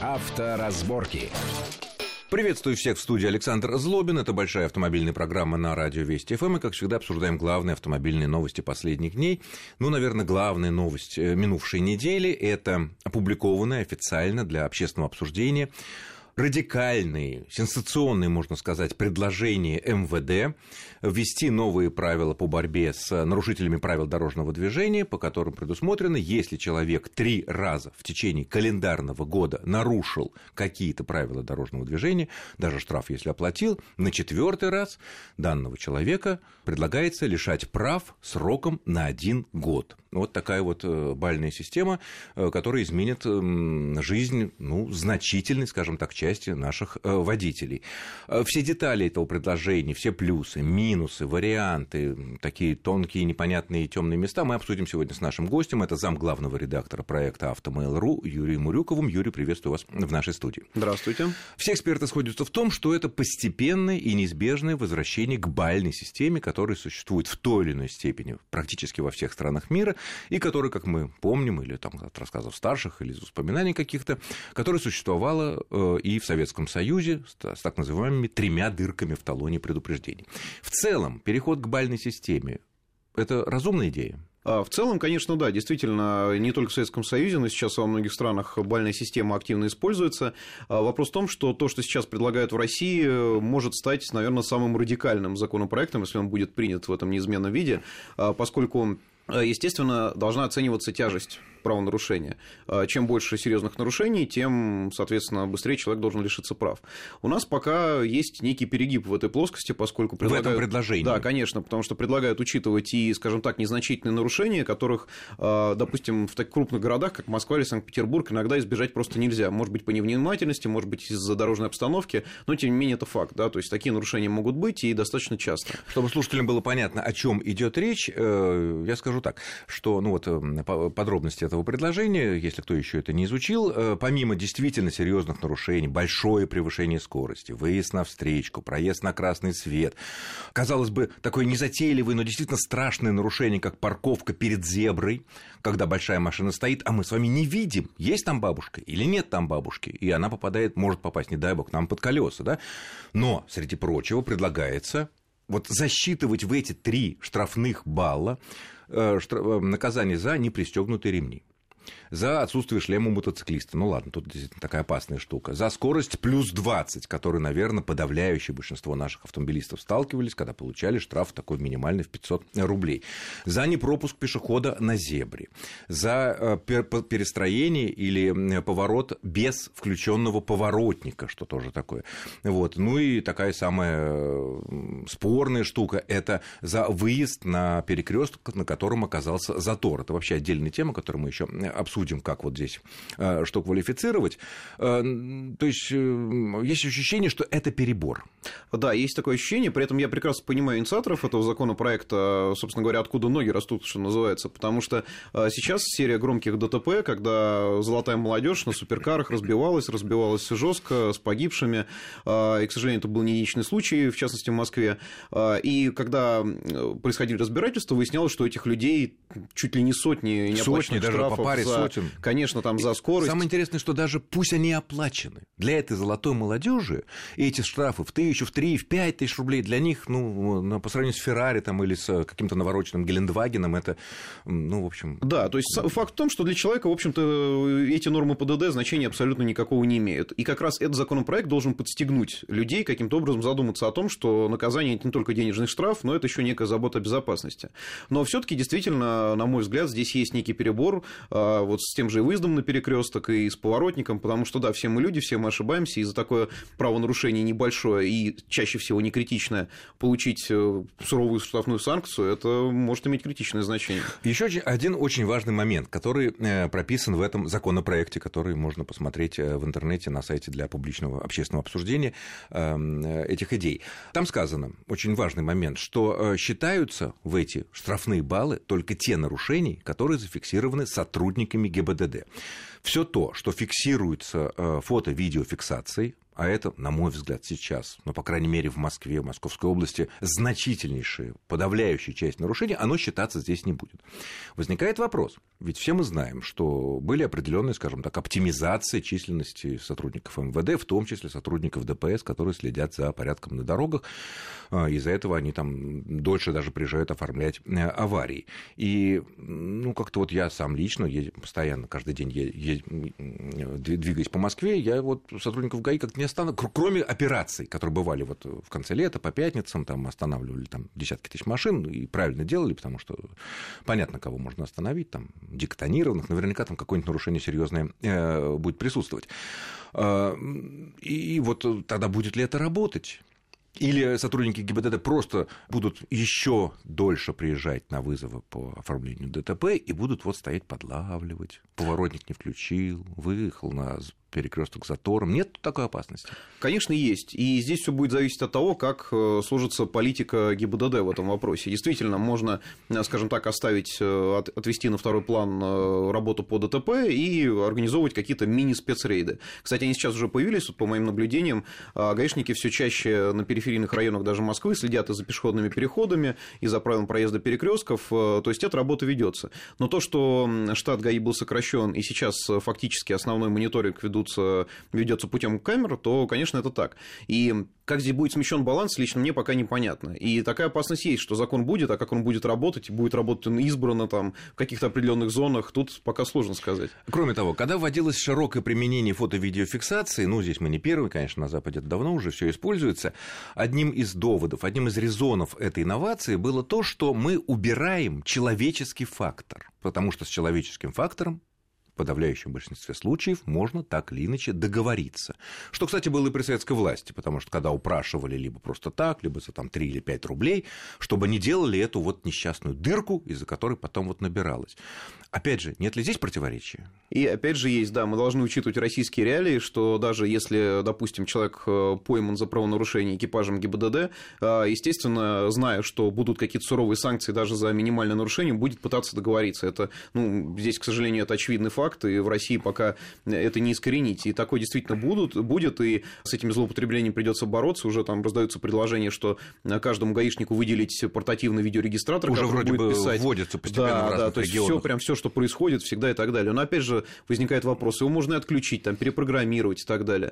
Авторазборки. Приветствую всех в студии. Александр Злобин. Это большая автомобильная программа на радио Вести ФМ. И, как всегда, обсуждаем главные автомобильные новости последних дней. Наверное, главная новость минувшей недели – это опубликованная официально для общественного обсуждения радикальные, сенсационные, можно сказать, предложения МВД ввести новые правила по борьбе с нарушителями правил дорожного движения, по которым предусмотрено, если человек 3 раза в течение календарного года нарушил какие-то правила дорожного движения, даже штраф, если оплатил, на 4-й раз данного человека предлагается лишать прав сроком на 1 год. Вот такая вот бальная система, которая изменит жизнь, значительной, скажем так, части наших водителей. Все детали этого предложения, все плюсы, минусы, варианты, такие тонкие, непонятные темные места мы обсудим сегодня с нашим гостем. Это зам главного редактора проекта «Автомейл.ру» Юрием Урюковым. Юрий, приветствую вас в нашей студии. Здравствуйте. Все эксперты сходятся в том, что это постепенное и неизбежное возвращение к бальной системе, которая существует в той или иной степени практически во всех странах мира, и которая, как мы помним, или там от рассказов старших, или из воспоминаний каких-то, которая существовала и в Советском Союзе с так называемыми 3 дырками в талоне предупреждений. В целом, переход к бальной системе – это разумная идея? В целом, конечно, да, действительно, не только в Советском Союзе, но сейчас во многих странах бальная система активно используется. Вопрос в том, что то, что сейчас предлагают в России, может стать, наверное, самым радикальным законопроектом, если он будет принят в этом неизменном виде, поскольку, естественно, должна оцениваться тяжесть правонарушения. Чем больше серьезных нарушений, тем, соответственно, быстрее человек должен лишиться прав. У нас пока есть некий перегиб в этой плоскости, поскольку предлагают... В этом предложении? Да, конечно, потому что предлагают учитывать и, скажем так, незначительные нарушения, которых, допустим, в таких крупных городах, как Москва или Санкт-Петербург, иногда избежать просто нельзя. Может быть, по невнимательности, может быть, из-за дорожной обстановки, но, тем не менее, это факт, да, то есть такие нарушения могут быть и достаточно часто. Чтобы слушателям было понятно, о чем идет речь, я скажу так, что, подробности этого предложения, если кто еще это не изучил, помимо действительно серьезных нарушений, большое превышение скорости, выезд на встречку, проезд на красный свет, казалось бы, такое незатейливое, но действительно страшное нарушение, как парковка перед зеброй, когда большая машина стоит, а мы с вами не видим, есть там бабушка или нет там бабушки, и она может попасть, не дай бог, нам под колеса, да? Но, среди прочего, предлагается засчитывать в эти 3 штрафных балла наказание за непристегнутые ремни, за отсутствие шлема у мотоциклиста. Ладно, тут действительно такая опасная штука. За скорость плюс 20, которой, наверное, подавляющее большинство наших автомобилистов сталкивались, когда получали штраф такой минимальный в 500 рублей. За непропуск пешехода на зебре. За перестроение или поворот без включенного поворотника, что тоже такое. И такая самая спорная штука – это за выезд на перекресток, на котором оказался затор. Это вообще отдельная тема, которую мы еще обсудим, как здесь что квалифицировать. То есть, есть ощущение, что это перебор. Да, есть такое ощущение, при этом я прекрасно понимаю инициаторов этого законопроекта, собственно говоря, откуда ноги растут, что называется, потому что сейчас серия громких ДТП, когда золотая молодежь на суперкарах разбивалась жестко, с погибшими, и, к сожалению, это был не единичный случай, в частности, в Москве, и когда происходили разбирательства, выяснялось, что этих людей чуть ли не сотни неоплаченных штрафов, по паре сотен. Конечно, там за скорость. Самое интересное, что даже пусть они оплачены, для этой золотой молодежи эти штрафы в 1000, в 3, в 5 тысяч рублей для них, по сравнению с Феррари или с каким-то навороченным Гелендвагеном, это, в общем... Да, то есть факт в том, что для человека, в общем-то, эти нормы ПДД значения абсолютно никакого не имеют. И как раз этот законопроект должен подстегнуть людей каким-то образом задуматься о том, что наказание – это не только денежный штраф, но это еще некая забота о безопасности. Но все-таки действительно, на мой взгляд, здесь есть некий перебор с тем же выездом на перекресток и с поворотником, потому что, да, все мы люди, все мы ошибаемся, и за такое правонарушение небольшое и чаще всего не критичное получить суровую штрафную санкцию, это может иметь критичное значение. Еще один очень важный момент, который прописан в этом законопроекте, который можно посмотреть в интернете на сайте для публичного общественного обсуждения этих идей. Там сказано, очень важный момент, что считаются в эти штрафные баллы только те нарушения, которые зафиксированы сотрудниками ГИБДД. Все то, что фиксируется фото-видеофиксацией, а это, на мой взгляд, сейчас, по крайней мере, в Москве, в Московской области, значительнейшая, подавляющая часть нарушений, оно считаться здесь не будет. Возникает вопрос, ведь все мы знаем, что были определенные, скажем так, оптимизации численности сотрудников МВД, в том числе сотрудников ДПС, которые следят за порядком на дорогах, из-за этого они там дольше даже приезжают оформлять аварии. И, как-то вот я сам лично, постоянно, каждый день двигаясь по Москве, я вот сотрудников ГАИ как-то не останавливаю, кроме операций, которые бывали вот в конце лета, по пятницам, там останавливали там десятки тысяч машин, и правильно делали, потому что понятно, кого можно остановить, там, диктонированных, наверняка там какое-нибудь нарушение серьезное будет присутствовать. И вот тогда будет ли это работать? Или сотрудники ГИБДД просто будут еще дольше приезжать на вызовы по оформлению ДТП и будут вот стоять подлавливать. Поворотник не включил, выехал на перекресток с затором. Нет такой опасности? Конечно, есть. И здесь все будет зависеть от того, как сложится политика ГИБДД в этом вопросе. Действительно, можно, скажем так, отвести на второй план работу по ДТП и организовывать какие-то мини-спецрейды. Кстати, они сейчас уже появились, по моим наблюдениям. Гаишники все чаще на периферийных районах даже Москвы следят и за пешеходными переходами, и за правилом проезда перекрестков. То есть эта работа ведется. Но то, что штат ГАИ был сокращен, и сейчас фактически основной мониторинг ведется путем камер, то, конечно, это так. И как здесь будет смещен баланс, лично мне пока непонятно. И такая опасность есть, что закон будет, а как он будет работать, и будет работать избранно там, в каких-то определенных зонах, тут пока сложно сказать. Кроме того, когда вводилось широкое применение фото-видеофиксации, здесь мы не первые, конечно, на Западе это давно уже все используется, одним из доводов, одним из резонов этой инновации было то, что мы убираем человеческий фактор, потому что с человеческим фактором в подавляющем большинстве случаев можно так или иначе договориться. Что, кстати, было и при советской власти, потому что когда упрашивали либо просто так, либо за 3 или 5 рублей, чтобы не делали эту вот несчастную дырку, из-за которой потом вот набиралось. Опять же, нет ли здесь противоречия? И опять же есть, мы должны учитывать российские реалии, что даже если, допустим, человек пойман за правонарушение экипажем ГИБДД, естественно, зная, что будут какие-то суровые санкции даже за минимальное нарушение, будет пытаться договориться. Это, здесь, к сожалению, это очевидный факт, и в России пока это не искоренить. И такое действительно будет, и с этими злоупотреблениями придется бороться. Уже там раздаются предложения, что каждому гаишнику выделить портативный видеорегистратор, уже который вроде будет бы писать. вводится постепенно в разных то есть регионах. все, что происходит, всегда и так далее. Но опять же возникает вопрос, его можно и отключить, перепрограммировать и так далее.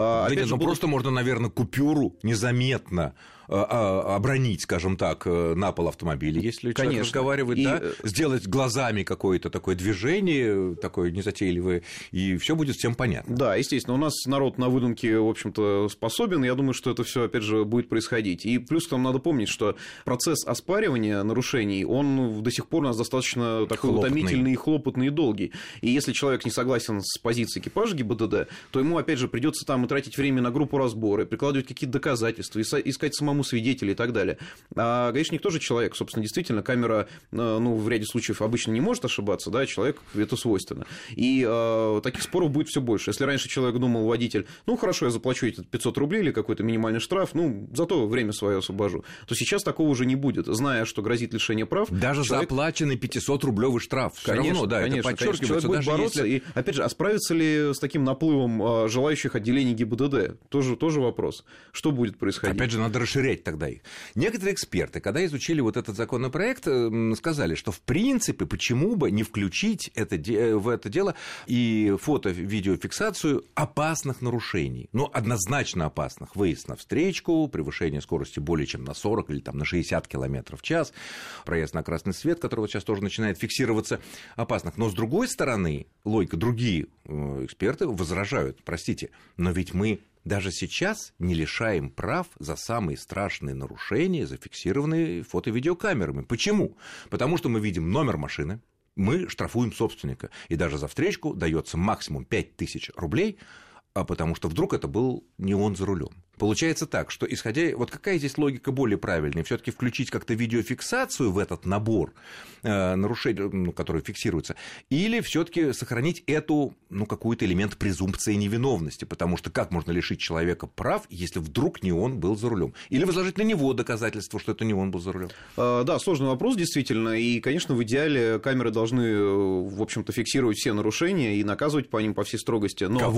Просто можно, наверное, купюру незаметно обронить, скажем так, на пол автомобиля, если человек разговаривает, сделать глазами какое-то такое движение, такое незатейливое, и все будет всем понятно. Да, естественно, у нас народ на выдумки, в общем-то, способен, я думаю, что это все, опять же, будет происходить. И плюс там надо помнить, что процесс оспаривания нарушений, он до сих пор у нас достаточно такой утомительный, хлопотный и долгий. И если человек не согласен с позицией экипажа ГИБДД, то ему, опять же, придется там и тратить время на группу разбора, прикладывать какие-то доказательства, искать самому свидетелей и так далее. А гаишник тоже человек, собственно, действительно, камера, в ряде случаев обычно не может ошибаться, человек это свойственно. И таких споров будет все больше. Если раньше человек думал, водитель, хорошо, я заплачу эти 500 рублей или какой-то минимальный штраф, зато время свое освобожу, то сейчас такого уже не будет, зная, что грозит лишение прав. Даже за оплаченный 500-рублевый штраф. Все равно, это подчеркивается. Человек будет бороться. И, опять же, справится ли с таким наплывом желающих отделений ГИБДД? Тоже вопрос. Что будет происходить? Опять же, надо расширять тогда их. Некоторые эксперты, когда изучили вот этот законопроект, сказали, что в принципе, почему бы не включить в это дело и фото-видеофиксацию опасных нарушений. Однозначно опасных. Выезд на встречку, превышение скорости более чем на 40 или на 60 км в час, проезд на красный свет, который вот сейчас тоже начинает фиксироваться, опасных. Но с другой стороны, другие эксперты возражают, но ведь мы даже сейчас не лишаем прав за самые страшные нарушения, зафиксированные фото-видеокамерами. Почему? Потому что мы видим номер машины, мы штрафуем собственника, и даже за встречку дается максимум 5000 рублей, потому что вдруг это был не он за рулем. Получается так, что исходя... какая здесь логика более правильная? Все-таки включить как-то видеофиксацию в этот набор нарушений, которые фиксируются, или все-таки сохранить эту, какой-то элемент презумпции невиновности, потому что как можно лишить человека прав, если вдруг не он был за рулем? Или возложить на него доказательство, что это не он был за рулем? Да, сложный вопрос, действительно, и, конечно, в идеале камеры должны, в общем-то, фиксировать все нарушения и наказывать по ним по всей строгости. Но... Кого?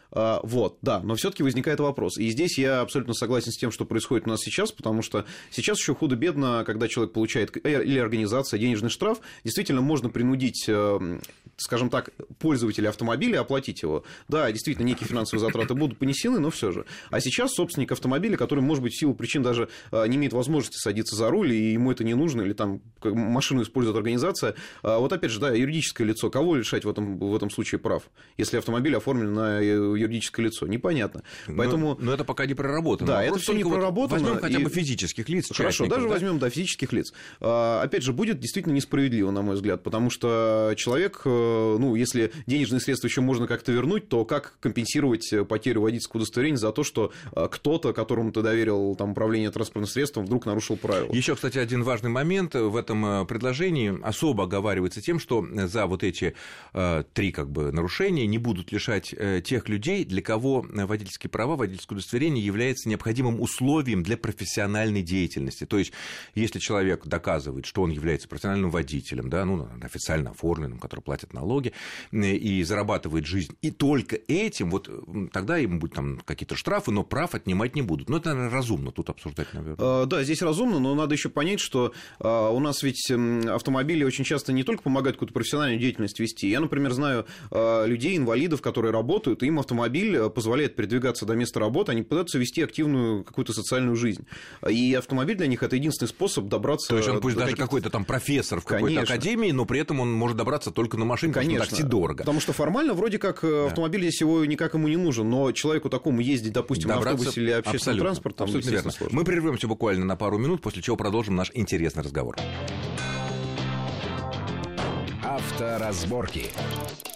Вот, да, но все-таки возникает вопрос. И здесь я абсолютно согласен с тем, что происходит у нас сейчас, потому что сейчас еще худо-бедно, когда человек получает, или организация, денежный штраф, действительно можно принудить, скажем так, пользователя автомобиля оплатить его. Да, действительно, некие финансовые затраты будут понесены, но все же. А сейчас собственник автомобиля, который, может быть, в силу причин даже не имеет возможности садиться за руль, и ему это не нужно, или там машину использует организация, вот опять же, да, юридическое лицо, кого лишать в этом случае прав, если автомобиль оформлен на юридическое лицо? Непонятно. Поэтому... Но это пока не проработано. Да, это все не проработано. Возьмем хотя бы физических лиц. Хорошо, даже возьмем физических лиц. Опять же, будет действительно несправедливо, на мой взгляд, потому что человек, если денежные средства еще можно как-то вернуть, то как компенсировать потерю водительского удостоверения за то, что кто-то, которому ты доверил там, управление транспортным средством, вдруг нарушил правила? Еще, кстати, один важный момент в этом предложении особо оговаривается тем, что за вот эти 3 нарушения не будут лишать тех людей, для кого водительские права, водительское удостоверение является необходимым условием для профессиональной деятельности. То есть, если человек доказывает, что он является профессиональным водителем, да, официально оформленным, который платит налоги и зарабатывает жизнь, и только этим, вот тогда ему будут там какие-то штрафы, но прав отнимать не будут. Но это, наверное, разумно тут обсуждать, наверное. Да, здесь разумно, но надо еще понять, что у нас ведь автомобили очень часто не только помогают какую-то профессиональную деятельность вести. Я, например, знаю людей, инвалидов, которые работают, и им автомобиль позволяет передвигаться до места работы, они пытаются вести активную какую-то социальную жизнь. И автомобиль для них – это единственный способ добраться... То есть он пусть даже какой-то там профессор в какой-то академии, но при этом он может добраться только на машине, потому что такси дорого. Потому что формально вроде как автомобиль здесь его никак ему не нужен, но человеку такому ездить, допустим, на автобусе или общественном транспорте... Абсолютно верно. Сложно. Мы прервемся буквально на пару минут, после чего продолжим наш интересный разговор. Авторазборки.